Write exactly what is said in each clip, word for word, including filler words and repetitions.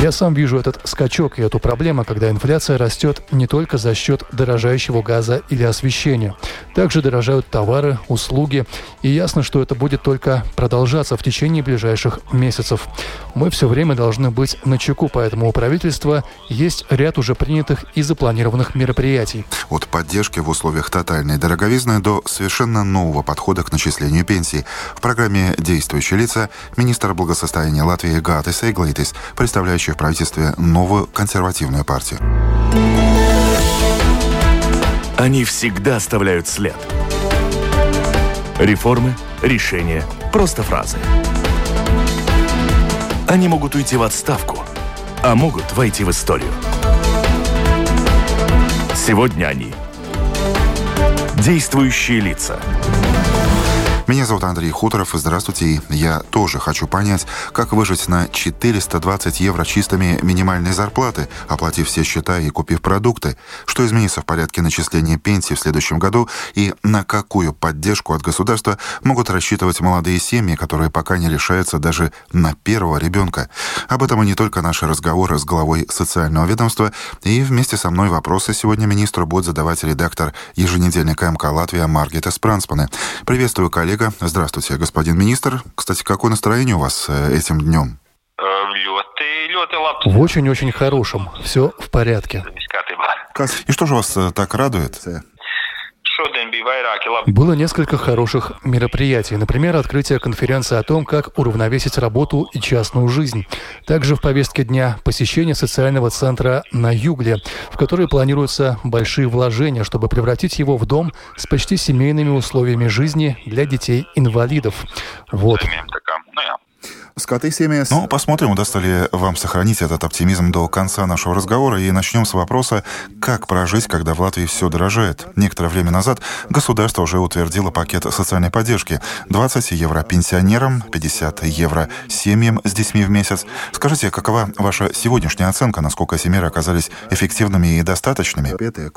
Я сам вижу этот скачок и эту проблему, когда инфляция растет не только за счет дорожающего газа или освещения. Также дорожают товары, услуги. И ясно, что это будет только продолжаться в течение ближайших месяцев. Мы все время должны быть начеку, поэтому у правительства есть ряд уже принятых и запланированных мероприятий. От поддержки в условиях тотальной дороговизны до совершенно нового подхода к начислению пенсий. В программе «Действующие лица» министр благосостояния Латвии Гатис Эйглитис, представляющий в правительстве новую консервативную партию. Они всегда оставляют след. Реформы, решения, просто фразы. Они могут уйти в отставку, а могут войти в историю. Сегодня они действующие лица. Меня зовут Андрей Хуторов, и здравствуйте. И я тоже хочу понять, как выжить на четыреста двадцать евро чистыми минимальной зарплаты, оплатив все счета и купив продукты. Что изменится в порядке начисления пенсий в следующем году и на какую поддержку от государства могут рассчитывать молодые семьи, которые пока не решаются даже на первого ребенка. Об этом и не только наши разговоры с главой социального ведомства. И вместе со мной вопросы сегодня министру будет задавать редактор еженедельника эм ка «Латвия» Маргита Спранспане. Приветствую, коллега. Здравствуйте, господин министр. Кстати, какое настроение у вас этим днем? В очень-очень хорошем. Все в порядке. И что же вас так радует? Было несколько хороших мероприятий. Например, открытие конференции о том, как уравновесить работу и частную жизнь. Также в повестке дня посещение социального центра на Югле, в который планируются большие вложения, чтобы превратить его в дом с почти семейными условиями жизни для детей-инвалидов. Вот. Ну, посмотрим, удастся ли вам сохранить этот оптимизм до конца нашего разговора. И начнем с вопроса, как прожить, когда в Латвии все дорожает. Некоторое время назад государство уже утвердило пакет социальной поддержки. двадцать евро пенсионерам, пятьдесят евро семьям с детьми в месяц. Скажите, какова ваша сегодняшняя оценка, насколько эти меры оказались эффективными и достаточными?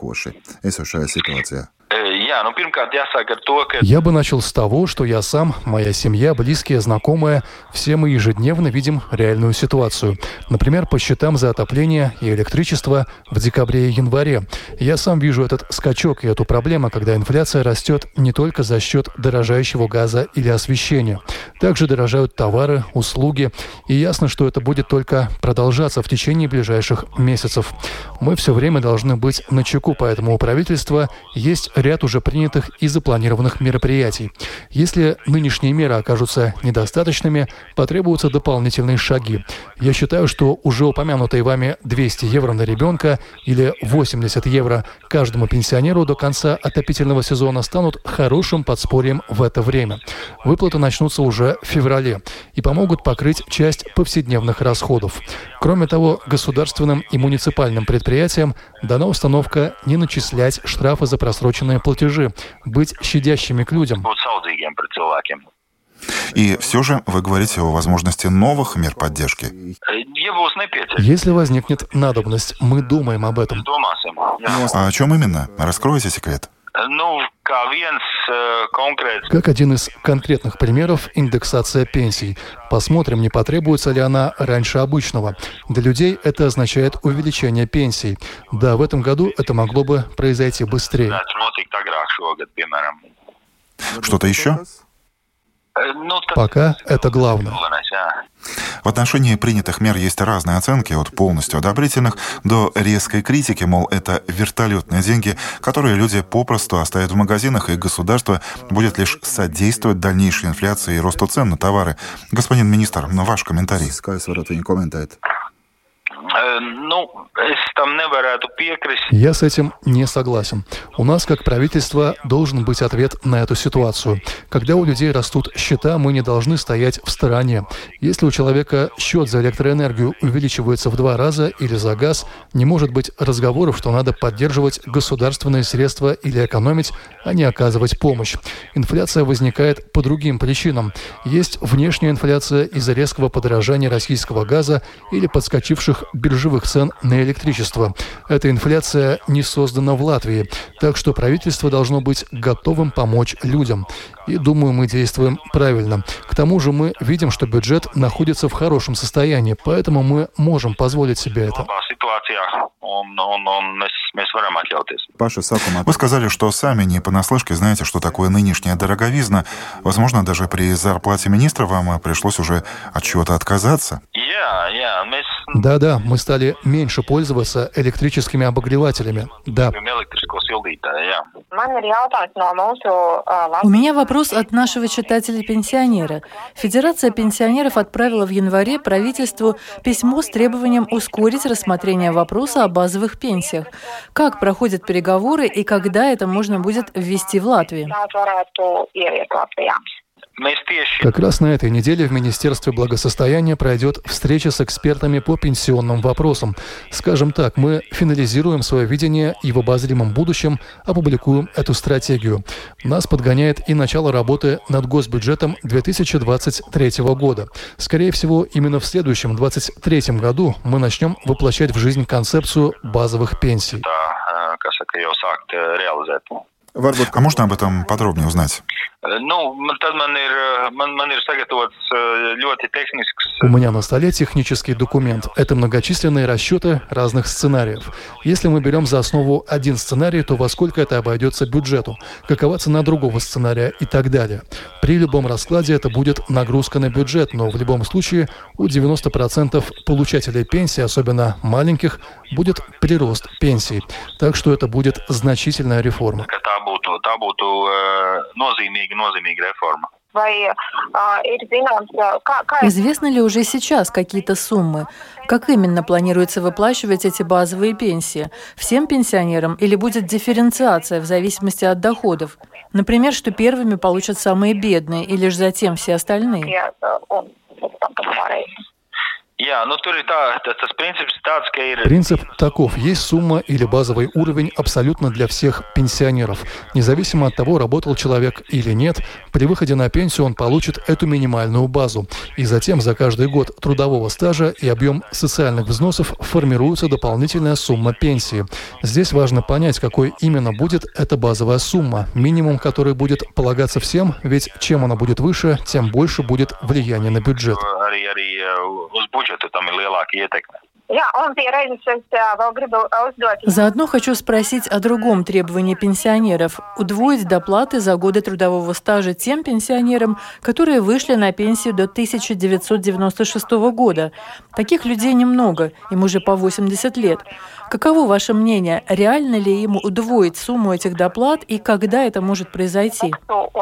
Я бы начал с того, что я сам, моя семья, близкие, знакомые, все мы ежедневно видим реальную ситуацию. Например, по счетам за отопление и электричество в декабре и январе. Я сам вижу этот скачок и эту проблему, когда инфляция растет не только за счет дорожающего газа или освещения. Также дорожают товары, услуги. И ясно, что это будет только продолжаться в течение ближайших месяцев. Мы все время должны быть начеку, поэтому у правительства есть ряд уже принятых и запланированных мероприятий. Если нынешние меры окажутся недостаточными, потребуются дополнительные шаги. Я считаю, что уже упомянутые вами двести евро на ребенка или восемьдесят евро каждому пенсионеру до конца отопительного сезона станут хорошим подспорьем в это время. Выплаты начнутся уже в феврале и помогут покрыть часть повседневных расходов. Кроме того, государственным и муниципальным предприятиям дана установка не начислять штрафы за просроченные платежи, быть щадящими к людям. И все же вы говорите о возможности новых мер поддержки. Если возникнет надобность, мы думаем об этом. А о чем именно? Раскройте секрет. Как один из конкретных примеров, индексация пенсий. Посмотрим, не потребуется ли она раньше обычного. Для людей это означает увеличение пенсий. Да, в этом году это могло бы произойти быстрее. Что-то еще? Пока это главное. В отношении принятых мер есть разные оценки, от полностью одобрительных до резкой критики, мол, это вертолетные деньги, которые люди попросту оставят в магазинах, и государство будет лишь содействовать дальнейшей инфляции и росту цен на товары. Господин министр, ваш комментарий. Я с этим не согласен. У нас, как правительство, должен быть ответ на эту ситуацию. Когда у людей растут счета, мы не должны стоять в стороне. Если у человека счет за электроэнергию увеличивается в два раза или за газ, не может быть разговоров, что надо поддерживать государственные средства или экономить, а не оказывать помощь. Инфляция возникает по другим причинам. Есть внешняя инфляция из-за резкого подорожания российского газа или подскочивших биржевых биржевых цен на электричество. Эта инфляция не создана в Латвии, так что правительство должно быть готовым помочь людям. И, думаю, мы действуем правильно. К тому же мы видим, что бюджет находится в хорошем состоянии, поэтому мы можем позволить себе это. Вы сказали, что сами не понаслышке знаете, что такое нынешняя дороговизна. Возможно, даже при зарплате министра вам пришлось уже от чего-то отказаться. Да-да, мы стали меньше пользоваться электрическими обогревателями. Да. У меня вопрос от нашего читателя-пенсионера. Федерация пенсионеров отправила в январе правительству письмо с требованием ускорить рассмотрение вопроса о базовых пенсиях. Как проходят переговоры и когда это можно будет ввести в Латвии? Как раз на этой неделе в Министерстве благосостояния пройдет встреча с экспертами по пенсионным вопросам. Скажем так, мы финализируем свое видение и в обозримом будущем опубликуем эту стратегию. Нас подгоняет и начало работы над госбюджетом две тысячи двадцать третьего года. Скорее всего, именно в следующем, двадцать третьем году мы начнем воплощать в жизнь концепцию базовых пенсий. А можно об этом подробнее узнать? У меня на столе технический документ. Это многочисленные расчеты разных сценариев. Если мы берем за основу один сценарий, то во сколько это обойдется бюджету, какова цена другого сценария и так далее. При любом раскладе это будет нагрузка на бюджет, но в любом случае у девяноста процентов получателей пенсии, особенно маленьких, будет прирост пенсий. Так что это будет значительная реформа. Известны ли уже сейчас какие-то суммы? Как именно планируется выплачивать эти базовые пенсии? Всем пенсионерам или будет дифференциация в зависимости от доходов? Например, что первыми получат самые бедные и лишь затем все остальные? Принцип таков. Есть сумма или базовый уровень абсолютно для всех пенсионеров. Независимо от того, работал человек или нет, при выходе на пенсию он получит эту минимальную базу. И затем за каждый год трудового стажа и объем социальных взносов формируется дополнительная сумма пенсии. Здесь важно понять, какой именно будет эта базовая сумма, минимум которой будет полагаться всем, ведь чем она будет выше, тем больше будет влияние на бюджет. Заодно хочу спросить о другом требовании пенсионеров – удвоить доплаты за годы трудового стажа тем пенсионерам, которые вышли на пенсию до тысяча девятьсот девяносто шестого года. Таких людей немного, им уже по восемьдесят лет. Каково ваше мнение, реально ли им удвоить сумму этих доплат и когда это может произойти?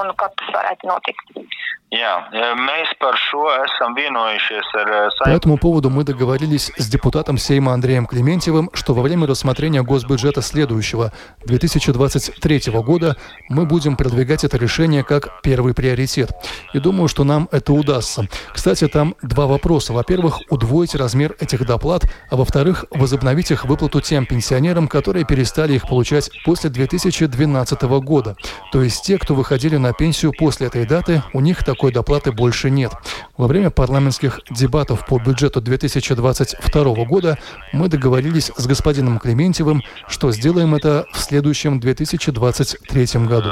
По этому поводу мы договорились с депутатом Сейма Андреем Клементьевым, что во время рассмотрения госбюджета следующего, две тысячи двадцать третьего года, мы будем продвигать это решение как первый приоритет. И думаю, что нам это удастся. Кстати, там два вопроса. Во-первых, удвоить размер этих доплат, а во-вторых, возобновить их выплату тем пенсионерам, которые перестали их получать после две тысячи двенадцатого года. То есть те, кто выходили на пенсию после этой даты, у них такой доплаты больше нет. Во время парламентских дебатов по бюджету две тысячи двадцать второго года мы договорились с господином Клементьевым, что сделаем это в следующем две тысячи двадцать третьем году.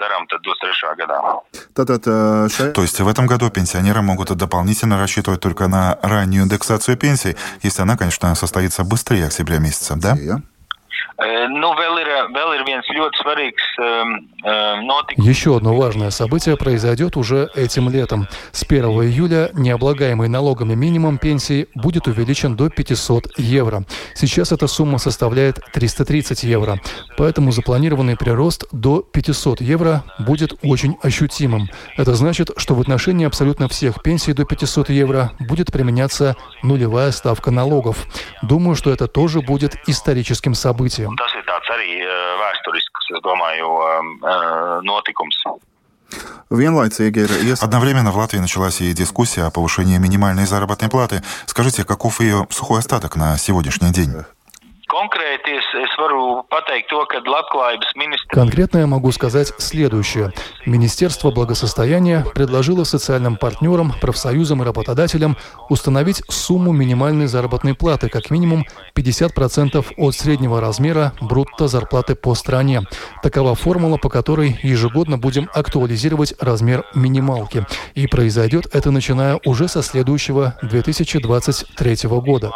То есть в этом году пенсионеры могут дополнительно рассчитывать только на раннюю индексацию пенсий, если она, конечно, состоится быстрее октября месяца, да? Еще одно важное событие произойдет уже этим летом. С первого июля необлагаемый налогами минимум пенсии будет увеличен до пятисот евро. Сейчас эта сумма составляет триста тридцать евро. Поэтому запланированный прирост до пятисот евро будет очень ощутимым. Это значит, что в отношении абсолютно всех пенсий до пятисот евро будет применяться нулевая ставка налогов. Думаю, что это тоже будет историческим событием. Одновременно в Латвии началась и дискуссия о повышении минимальной заработной платы. Скажите, каков ее сухой остаток на сегодняшний день? Конкретно я могу сказать следующее. Министерство благосостояния предложило социальным партнерам, профсоюзам и работодателям установить сумму минимальной заработной платы как минимум пятьдесят процентов от среднего размера брутто зарплаты по стране. Такова формула, по которой ежегодно будем актуализировать размер минималки. И произойдет это начиная уже со следующего две тысячи двадцать третьего года.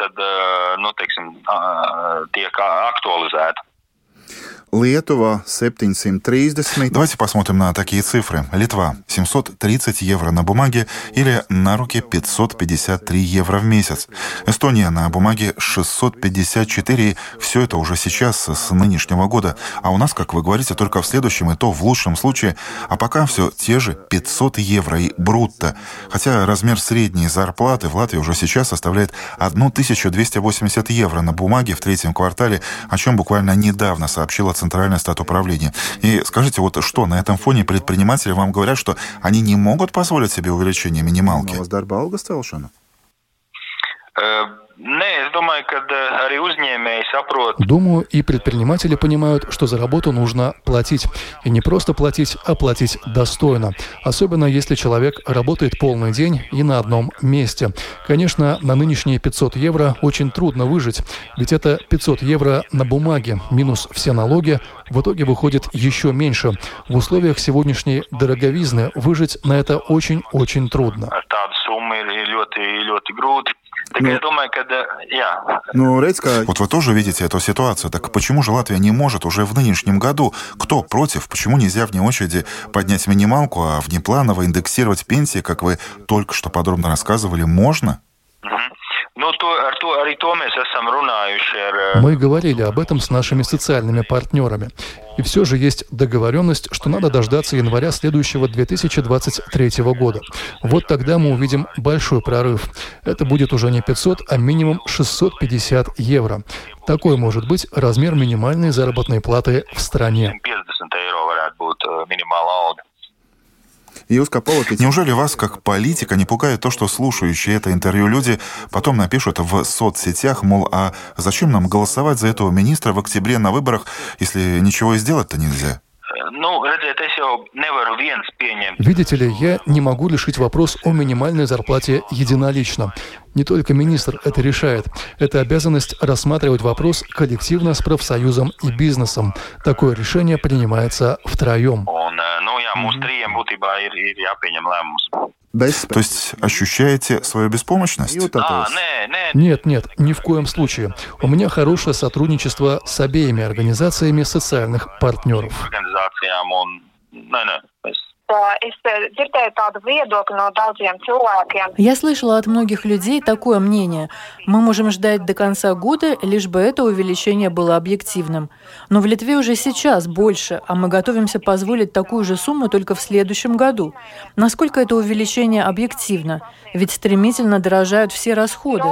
Lietuva семьсот тридцать. Давайте посмотрим на такие цифры. Литва семьсот тридцать евро на бумаге или на руки пятьсот пятьдесят три евро в месяц. Эстония на бумаге шестьсот пятьдесят четыре. Все это уже сейчас, с нынешнего года. А у нас, как вы говорите, только в следующем, и то в лучшем случае. А пока все те же пятьсот евро и брутто. Хотя размер средней зарплаты в Латвии уже сейчас составляет тысячу двести восемьдесят евро на бумаге в третьем квартале, о чем буквально недавно сообщила Центральное статуправление. И скажите, вот что, на этом фоне предприниматели вам говорят, что они не могут позволить себе увеличение минималки? Думаю, и предприниматели понимают, что за работу нужно платить. И не просто платить, а платить достойно. Особенно, если человек работает полный день и на одном месте. Конечно, на нынешние пятьсот евро очень трудно выжить. Ведь это пятьсот евро на бумаге, минус все налоги, в итоге выходит еще меньше. В условиях сегодняшней дороговизны выжить на это очень-очень трудно. Ну, я думаю, когда... Я... Ну, Редька... Вот вы тоже видите эту ситуацию. Так почему же Латвия не может уже в нынешнем году? Кто против? Почему нельзя вне очереди поднять минималку, а внепланово индексировать пенсии, как вы только что подробно рассказывали, можно? Мы говорили об этом с нашими социальными партнерами. И все же есть договоренность, что надо дождаться января следующего две тысячи двадцать третьего года. Вот тогда мы увидим большой прорыв. Это будет уже не пятьсот, а минимум шестьсот пятьдесят евро. Такой может быть размер минимальной заработной платы в стране. Неужели вас, как политика, не пугает то, что слушающие это интервью люди потом напишут в соцсетях, мол, а зачем нам голосовать за этого министра в октябре на выборах, если ничего и сделать-то нельзя? Видите ли, я не могу решить вопрос о минимальной зарплате единолично. Не только министр это решает. Это обязанность рассматривать вопрос коллективно с профсоюзом и бизнесом. Такое решение принимается втроем. То есть ощущаете свою беспомощность? Нет, нет, ни в коем случае. У меня хорошее сотрудничество с обеими организациями социальных партнеров. Я слышала от многих людей такое мнение. Мы можем ждать до конца года, лишь бы это увеличение было объективным. Но в Литве уже сейчас больше, а мы готовимся позволить такую же сумму только в следующем году. Насколько это увеличение объективно? Ведь стремительно дорожают все расходы.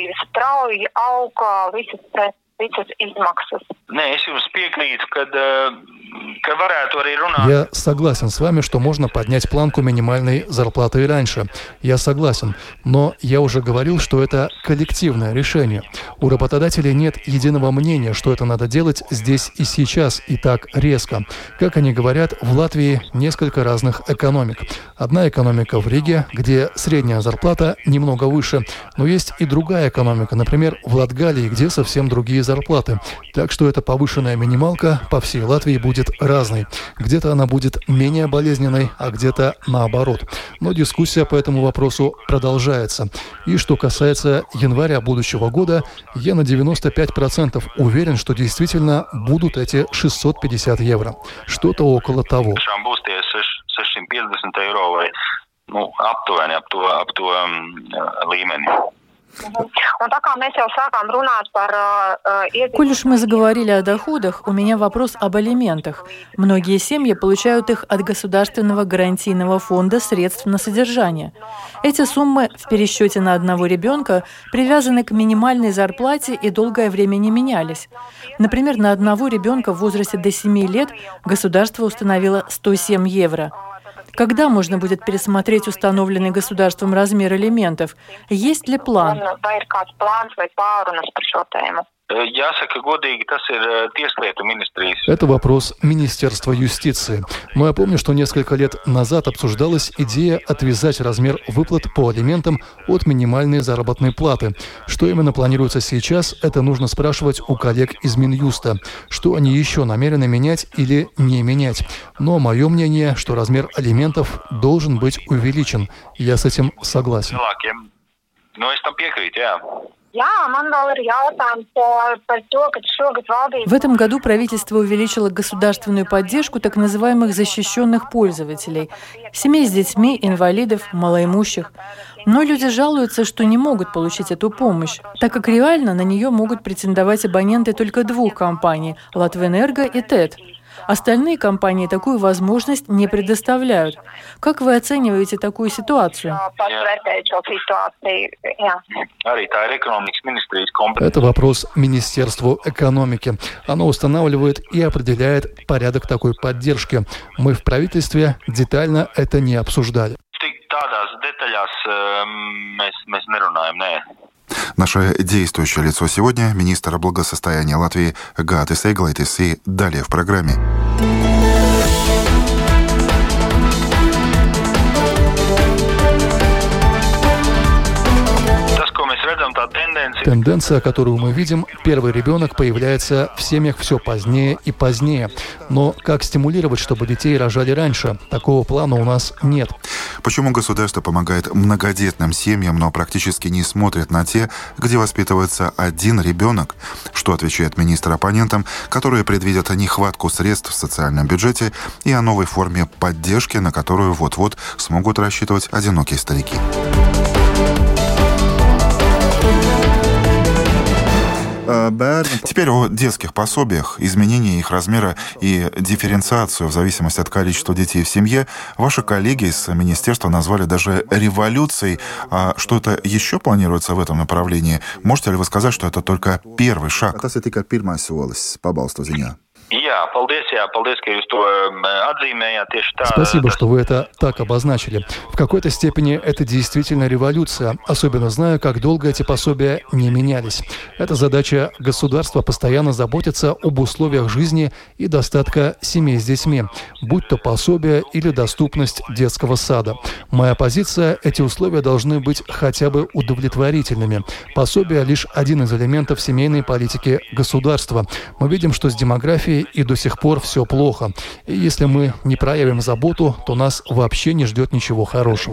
Я согласен с вами, что можно поднять планку минимальной зарплаты и раньше. Я согласен. Но я уже говорил, что это коллективное решение. У работодателей нет единого мнения, что это надо делать здесь и сейчас, и так резко. Как они говорят, в Латвии несколько разных экономик. Одна экономика в Риге, где средняя зарплата немного выше, но есть и другая экономика, например, в Латгалии, где совсем другие зарплаты. Так что эта повышенная минималка по всей Латвии будет разной. Где-то она будет менее болезненной, а где-то наоборот. Но дискуссия по этому вопросу продолжается. И что касается января будущего года, я на девяносто пять процентов уверен, что действительно будут эти шестьсот пятьдесят евро. Что-то около того. Коль уж мы заговорили о доходах, у меня вопрос об алиментах. Многие семьи получают их от Государственного гарантийного фонда средств на содержание. Эти суммы в пересчете на одного ребенка привязаны к минимальной зарплате и долгое время не менялись. Например, на одного ребенка в возрасте до семи лет государство установило сто семь евро. Когда можно будет пересмотреть установленный государством размер алиментов? Есть ли план? Это вопрос Министерства юстиции. Но я помню, что несколько лет назад обсуждалась идея отвязать размер выплат по алиментам от минимальной заработной платы. Что именно планируется сейчас, это нужно спрашивать у коллег из Минюста. Что они еще намерены менять или не менять. Но мое мнение, что размер алиментов должен быть увеличен. Я с этим согласен. В этом году правительство увеличило государственную поддержку так называемых защищенных пользователей, семей с детьми, инвалидов, малоимущих. Но люди жалуются, что не могут получить эту помощь, так как реально на нее могут претендовать абоненты только двух компаний – Латвэнерго и ТЭД. Остальные компании такую возможность не предоставляют. Как вы оцениваете такую ситуацию? Это вопрос Министерству экономики. Оно устанавливает и определяет порядок такой поддержки. Мы в правительстве детально это не обсуждали. Наше действующее лицо сегодня – министр благосостояния Латвии Гатис Эглайтис. И далее в программе. Тенденция, которую мы видим, первый ребенок появляется в семьях все позднее и позднее. Но как стимулировать, чтобы детей рожали раньше? Такого плана у нас нет. Почему государство помогает многодетным семьям, но практически не смотрит на те, где воспитывается один ребенок? Что отвечает министр оппонентам, которые предвидят нехватку средств в социальном бюджете и о новой форме поддержки, на которую вот-вот смогут рассчитывать одинокие старики? Теперь о детских пособиях, изменении их размера и дифференциацию в зависимости от количества детей в семье. Ваши коллеги из министерства назвали даже революцией. А что-то еще планируется в этом направлении? Можете ли вы сказать, что это только первый шаг? Спасибо, что вы это так обозначили. В какой-то степени это действительно революция, особенно зная, как долго эти пособия не менялись. Это задача государства постоянно заботиться об условиях жизни и достатка семей с детьми, будь то пособие или доступность детского сада. Моя позиция – эти условия должны быть хотя бы удовлетворительными. Пособие – лишь один из элементов семейной политики государства. Мы видим, что с демографией и до сих пор все плохо. И если мы не проявим заботу, то нас вообще не ждет ничего хорошего.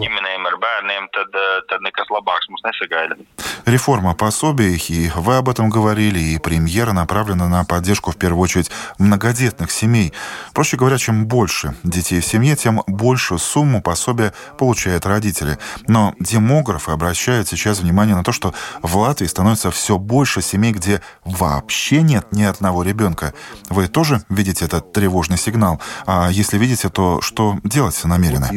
Реформа пособий, и вы об этом говорили, и премьера направлена на поддержку, в первую очередь, многодетных семей. Проще говоря, чем больше детей в семье, тем большую сумму пособия получают родители. Но демографы обращают сейчас внимание на то, что в Латвии становится все больше семей, где вообще нет ни одного ребенка. Вы тоже видите этот тревожный сигнал? А если видите, то что делать намерены?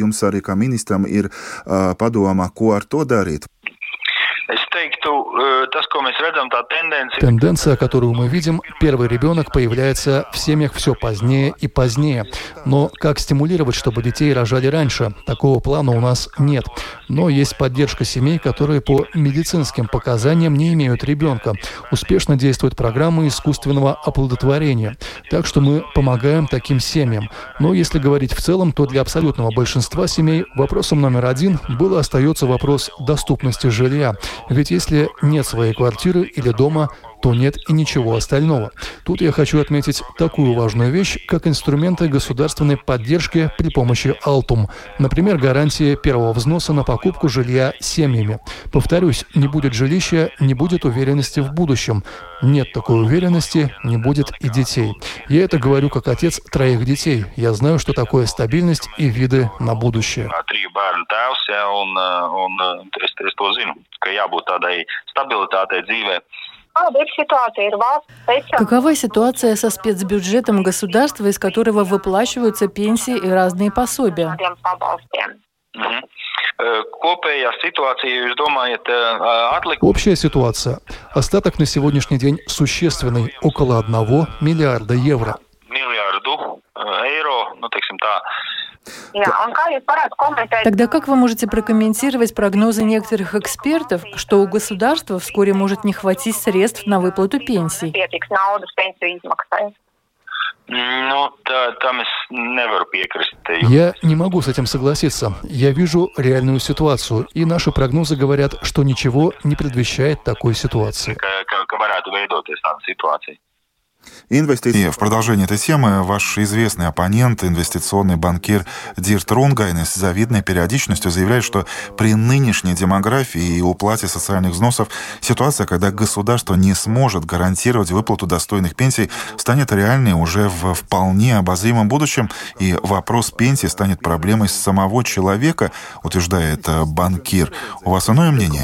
Тенденция, которую мы видим, первый ребенок появляется в семьях все позднее и позднее. Но как стимулировать, чтобы детей рожали раньше? Такого плана у нас нет. Но есть поддержка семей, которые по медицинским показаниям не имеют ребенка. Успешно действует программа искусственного оплодотворения. Так что мы помогаем таким семьям. Но если говорить в целом, то для абсолютного большинства семей вопросом номер один был и остается вопрос доступности жилья. Ведь если нет своей квартиры или дома, то нет и ничего остального. Тут я хочу отметить такую важную вещь, как инструменты государственной поддержки при помощи Алтум. Например, гарантия первого взноса на покупку жилья семьями. Повторюсь, не будет жилища, не будет уверенности в будущем. Нет такой уверенности, не будет и детей. Я это говорю как отец троих детей. Я знаю, что такое стабильность и виды на будущее. Какова ситуация со спецбюджетом государства, из которого выплачиваются пенсии и разные пособия? Общая ситуация. Остаток на сегодняшний день существенный, около одного миллиарда евро. Тогда как вы можете прокомментировать прогнозы некоторых экспертов, что у государства вскоре может не хватить средств на выплату пенсий? Я не могу с этим согласиться. Я вижу реальную ситуацию, и наши прогнозы говорят, что ничего не предвещает такой ситуации. И в продолжение этой темы ваш известный оппонент, инвестиционный банкир Дирт Рунгайнес, с завидной периодичностью заявляет, что при нынешней демографии и уплате социальных взносов ситуация, когда государство не сможет гарантировать выплату достойных пенсий, станет реальной уже в вполне обозримом будущем, и вопрос пенсии станет проблемой самого человека, утверждает банкир. У вас иное мнение?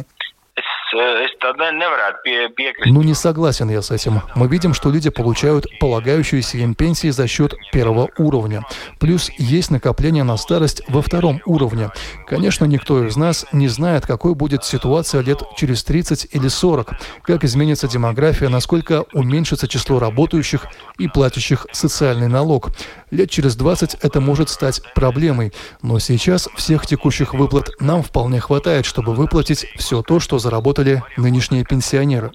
Ну, не согласен я с этим. Мы видим, что люди получают полагающиеся им пенсии за счет первого уровня. Плюс есть накопление на старость во втором уровне. Конечно, никто из нас не знает, какой будет ситуация лет через тридцать или сорок, как изменится демография, насколько уменьшится число работающих и платящих социальный налог. Лет через двадцать это может стать проблемой. Но сейчас всех текущих выплат нам вполне хватает, чтобы выплатить все то, что заработали нынешние пенсионеры.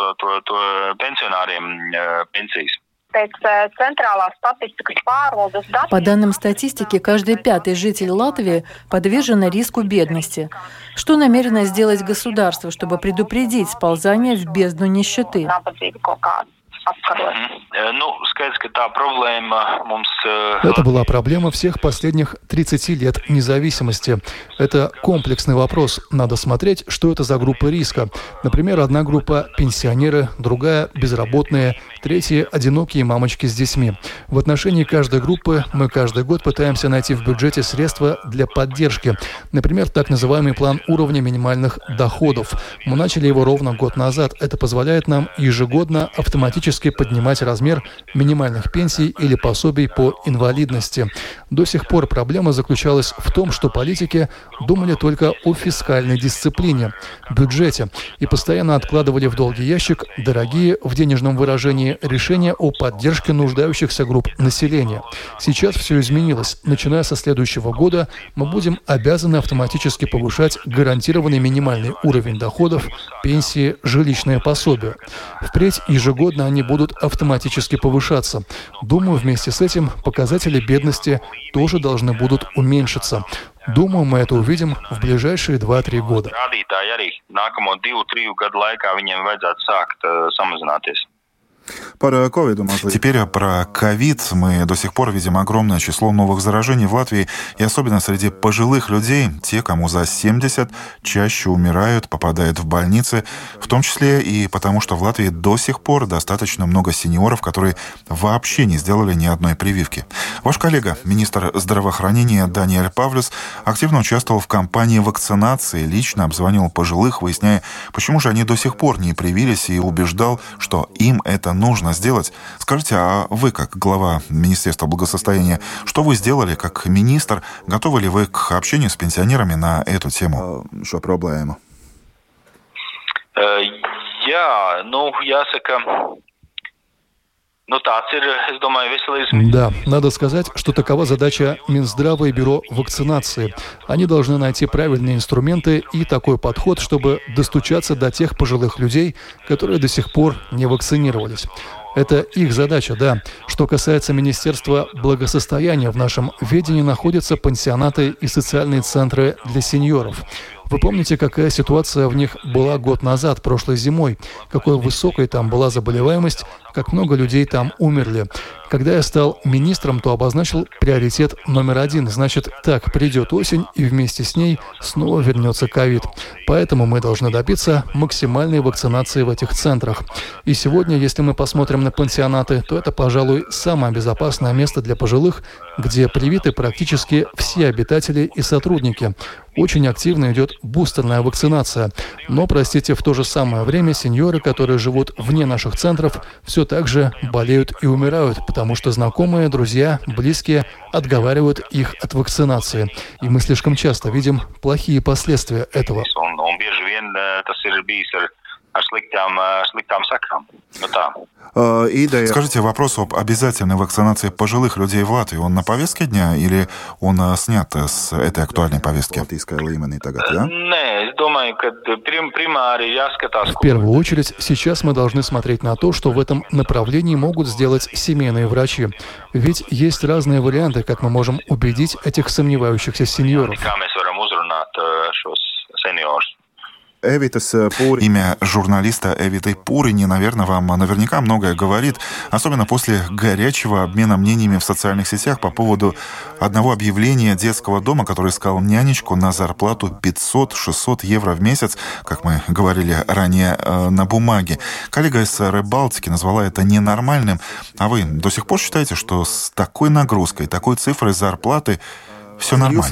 По данным статистики, каждый пятый житель Латвии подвержен риску бедности. Что намерено сделать государство, чтобы предупредить сползание в бездну нищеты? Это была проблема всех последних тридцати лет независимости. Это комплексный вопрос. Надо смотреть, что это за группа риска. Например, одна группа – пенсионеры, другая – безработные, третья – одинокие мамочки с детьми. В отношении каждой группы мы каждый год пытаемся найти в бюджете средства для поддержки. Например, так называемый план уровня минимальных доходов. Мы начали его ровно год назад. Это позволяет нам ежегодно автоматически поднимать размер минимальных пенсий или пособий по инвалидности. До сих пор проблема заключалась в том, что политики думали только о фискальной дисциплине, бюджете, и постоянно откладывали в долгий ящик дорогие в денежном выражении решения о поддержке нуждающихся групп населения. Сейчас все изменилось. Начиная со следующего года мы будем обязаны автоматически повышать гарантированный минимальный уровень доходов, пенсии, жилищные пособия. Впредь ежегодно они будут автоматически повышаться. Думаю, вместе с этим показатели бедности тоже должны будут уменьшиться. Думаю, мы это увидим в ближайшие два-три года. Теперь про ковид. Мы до сих пор видим огромное число новых заражений в Латвии, и особенно среди пожилых людей. Те, кому за семьдесят, чаще умирают, попадают в больницы, в том числе и потому, что в Латвии до сих пор достаточно много сеньоров, которые вообще не сделали ни одной прививки. Ваш коллега, министр здравоохранения Даниэль Павлюс, активно участвовал в кампании вакцинации, лично обзванивал пожилых, выясняя, почему же они до сих пор не привились, и убеждал, что им это нужно сделать. Скажите, а вы, как глава Министерства благосостояния, что вы сделали как министр? Готовы ли вы к общению с пенсионерами на эту тему? Что проблема? Я, ну, я Да, надо сказать, что такова задача Минздрава и Бюро вакцинации. Они должны найти правильные инструменты и такой подход, чтобы достучаться до тех пожилых людей, которые до сих пор не вакцинировались. Это их задача, да. Что касается Министерства благосостояния, в нашем ведении находятся пансионаты и социальные центры для сеньоров. Вы помните, какая ситуация в них была год назад, прошлой зимой? Какой высокой там была заболеваемость, как много людей там умерли. Когда я стал министром, то обозначил приоритет номер один. Значит, так, придет осень, и вместе с ней снова вернется ковид. Поэтому мы должны добиться максимальной вакцинации в этих центрах. И сегодня, если мы посмотрим на пансионаты, то это, пожалуй, самое безопасное место для пожилых, где привиты практически все обитатели и сотрудники. Очень активно идет бустерная вакцинация. Но, простите, в то же самое время сеньоры, которые живут вне наших центров, все так же болеют и умирают, потому что знакомые, друзья, близкие отговаривают их от вакцинации. И мы слишком часто видим плохие последствия этого. ar sliktām, sliktām sakām. Nu tā. Скажите, вопрос об обязательной вакцинации пожилых людей в Латвии, он на повестке дня или он снят с этой актуальной повестки? В первую очередь, сейчас мы должны смотреть на то, что в этом направлении могут сделать семейные врачи. Ведь есть разные варианты, как мы можем убедить этих сомневающихся сеньоров. Имя журналиста Эвиты Пурини, наверное, вам наверняка многое говорит, особенно после горячего обмена мнениями в социальных сетях по поводу одного объявления детского дома, который искал нянечку на зарплату пятьсот-шестьсот евро в месяц, как мы говорили ранее, на бумаге. Коллега из Рыбалтики назвала это ненормальным. А вы до сих пор считаете, что с такой нагрузкой, такой цифрой зарплаты все нормально?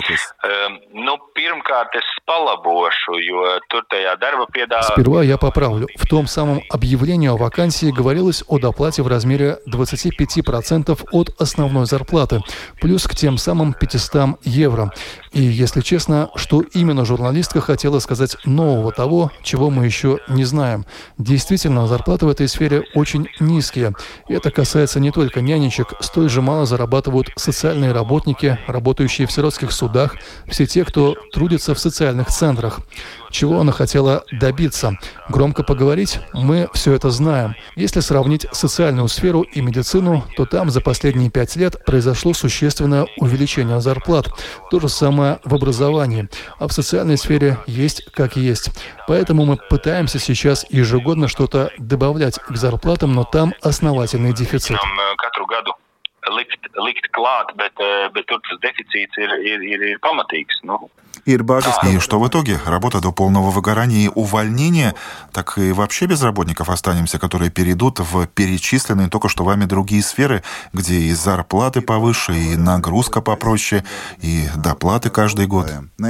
Сперва я поправлю. В том самом объявлении о вакансии говорилось о доплате в размере двадцать пять процентов от основной зарплаты, плюс к тем самым пятистам евро. И, если честно, что именно журналистка хотела сказать нового того, чего мы еще не знаем. Действительно, зарплаты в этой сфере очень низкие. И это касается не только нянечек. Столь же мало зарабатывают социальные работники, работающие в сиротских судах, все те, кто трудится в социальных центрах. Чего она хотела добиться? Громко поговорить? Мы все это знаем. Если сравнить социальную сферу и медицину, то там за последние пять лет произошло существенное увеличение зарплат. То же самое в образовании. А в социальной сфере есть как есть. Поэтому мы пытаемся сейчас ежегодно что-то добавлять к зарплатам, но там основательный дефицит. Likt, likt klāt, bet, bet tur tas deficīts ir, ir, ir pamatīgs. Nu. И что в итоге? Работа до полного выгорания и увольнения, так и вообще без работников останемся, которые перейдут в перечисленные только что вами другие сферы, где и зарплаты повыше, и нагрузка попроще, и доплаты каждый год.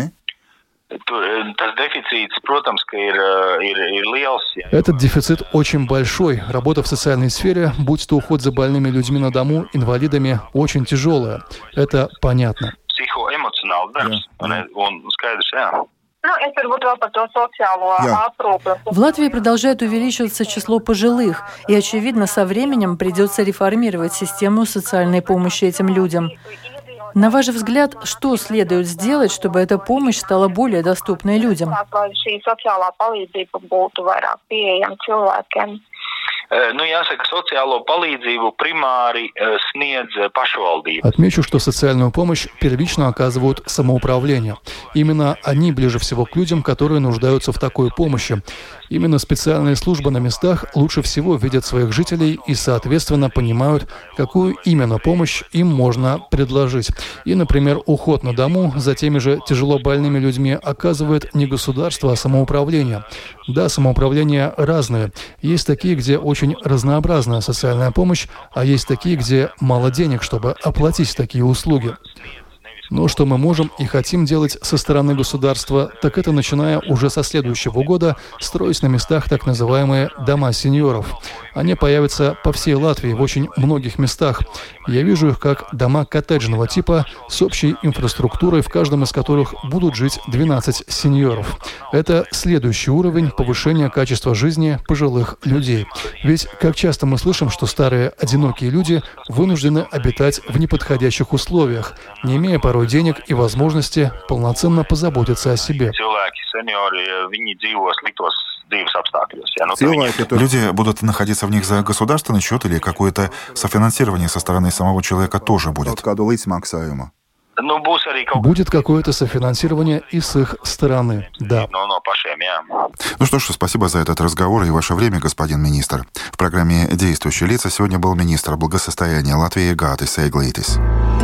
Этот дефицит очень большой. Работа в социальной сфере, будь то уход за больными людьми на дому, инвалидами, очень тяжелая. Это понятно. В Латвии продолжает увеличиваться число пожилых, и, очевидно, со временем придется реформировать систему социальной помощи этим людям. На ваш взгляд, что следует сделать, чтобы эта помощь стала более доступной людям? Отмечу, что социальную помощь первично оказывают самоуправления. Именно они ближе всего к людям, которые нуждаются в такой помощи. Именно специальные службы на местах лучше всего видят своих жителей и, соответственно, понимают, какую именно помощь им можно предложить. И, например, уход на дому за теми же тяжело больными людьми оказывает не государство, а самоуправление. Да, самоуправления разные. Есть такие, где очень разнообразная социальная помощь, а есть такие, где мало денег, чтобы оплатить такие услуги. Но что мы можем и хотим делать со стороны государства, так это, начиная уже со следующего года, строить на местах так называемые дома сеньоров. Они появятся по всей Латвии в очень многих местах. Я вижу их как дома коттеджного типа с общей инфраструктурой, в каждом из которых будут жить двенадцать сеньоров. Это следующий уровень повышения качества жизни пожилых людей. Ведь как часто мы слышим, что старые одинокие люди вынуждены обитать в неподходящих условиях, не имея порой денег и возможности полноценно позаботиться о себе. Люди будут находиться в них за государственный счет или какое-то софинансирование со стороны самого человека тоже будет? Будет какое-то софинансирование и с их стороны, да. Ну что ж, спасибо за этот разговор и ваше время, господин министр. В программе «Действующие лица» сегодня был министр благосостояния Латвии Гатис Эйглитис.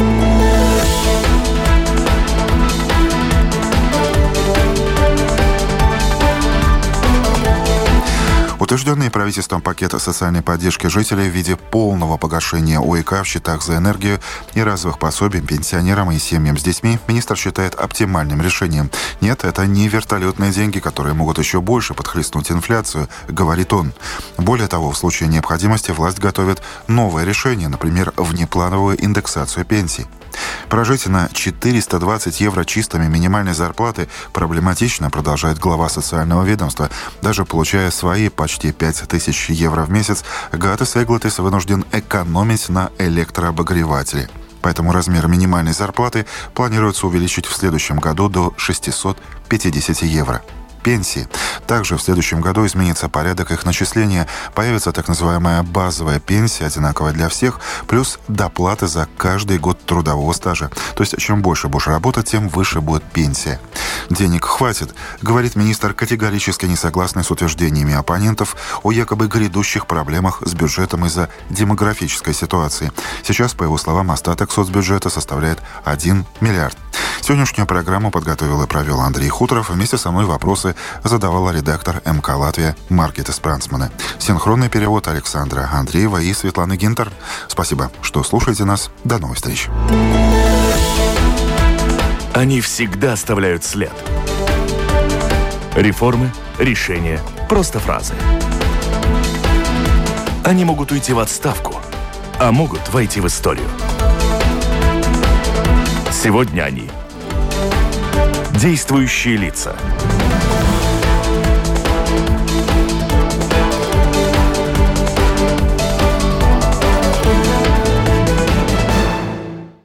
Утвержденный правительством пакет социальной поддержки жителей в виде полного погашения ОИК в счетах за энергию и разовых пособий пенсионерам и семьям с детьми министр считает оптимальным решением. Нет, это не вертолетные деньги, которые могут еще больше подхлестнуть инфляцию, говорит он. Более того, в случае необходимости власть готовит новое решение, например, внеплановую индексацию пенсий. Прожить на четыреста двадцать евро чистыми минимальной зарплаты проблематично, продолжает глава социального ведомства. Даже получая свои почти пять тысяч евро в месяц, Гатис Эглотис вынужден экономить на электрообогревателе. Поэтому размер минимальной зарплаты планируется увеличить в следующем году до шестьсот пятьдесят евро. Пенсии. Также в следующем году изменится порядок их начисления. Появится так называемая базовая пенсия, одинаковая для всех, плюс доплаты за каждый год трудового стажа. То есть, чем больше будешь работать, тем выше будет пенсия. Денег хватит, говорит министр, категорически не согласный с утверждениями оппонентов о якобы грядущих проблемах с бюджетом из-за демографической ситуации. Сейчас, по его словам, остаток соцбюджета составляет один миллиард. Сегодняшнюю программу подготовил и провел Андрей Хуторов. Вместе со мной вопросы задавала редактор эм ка «Латвия» Маргита Спрансмане. Синхронный перевод Александра Андреева и Светланы Гинтер. Спасибо, что слушаете нас. До новых встреч. Они всегда оставляют след. Реформы, решения, просто фразы. Они могут уйти в отставку, а могут войти в историю. Сегодня они – действующие лица.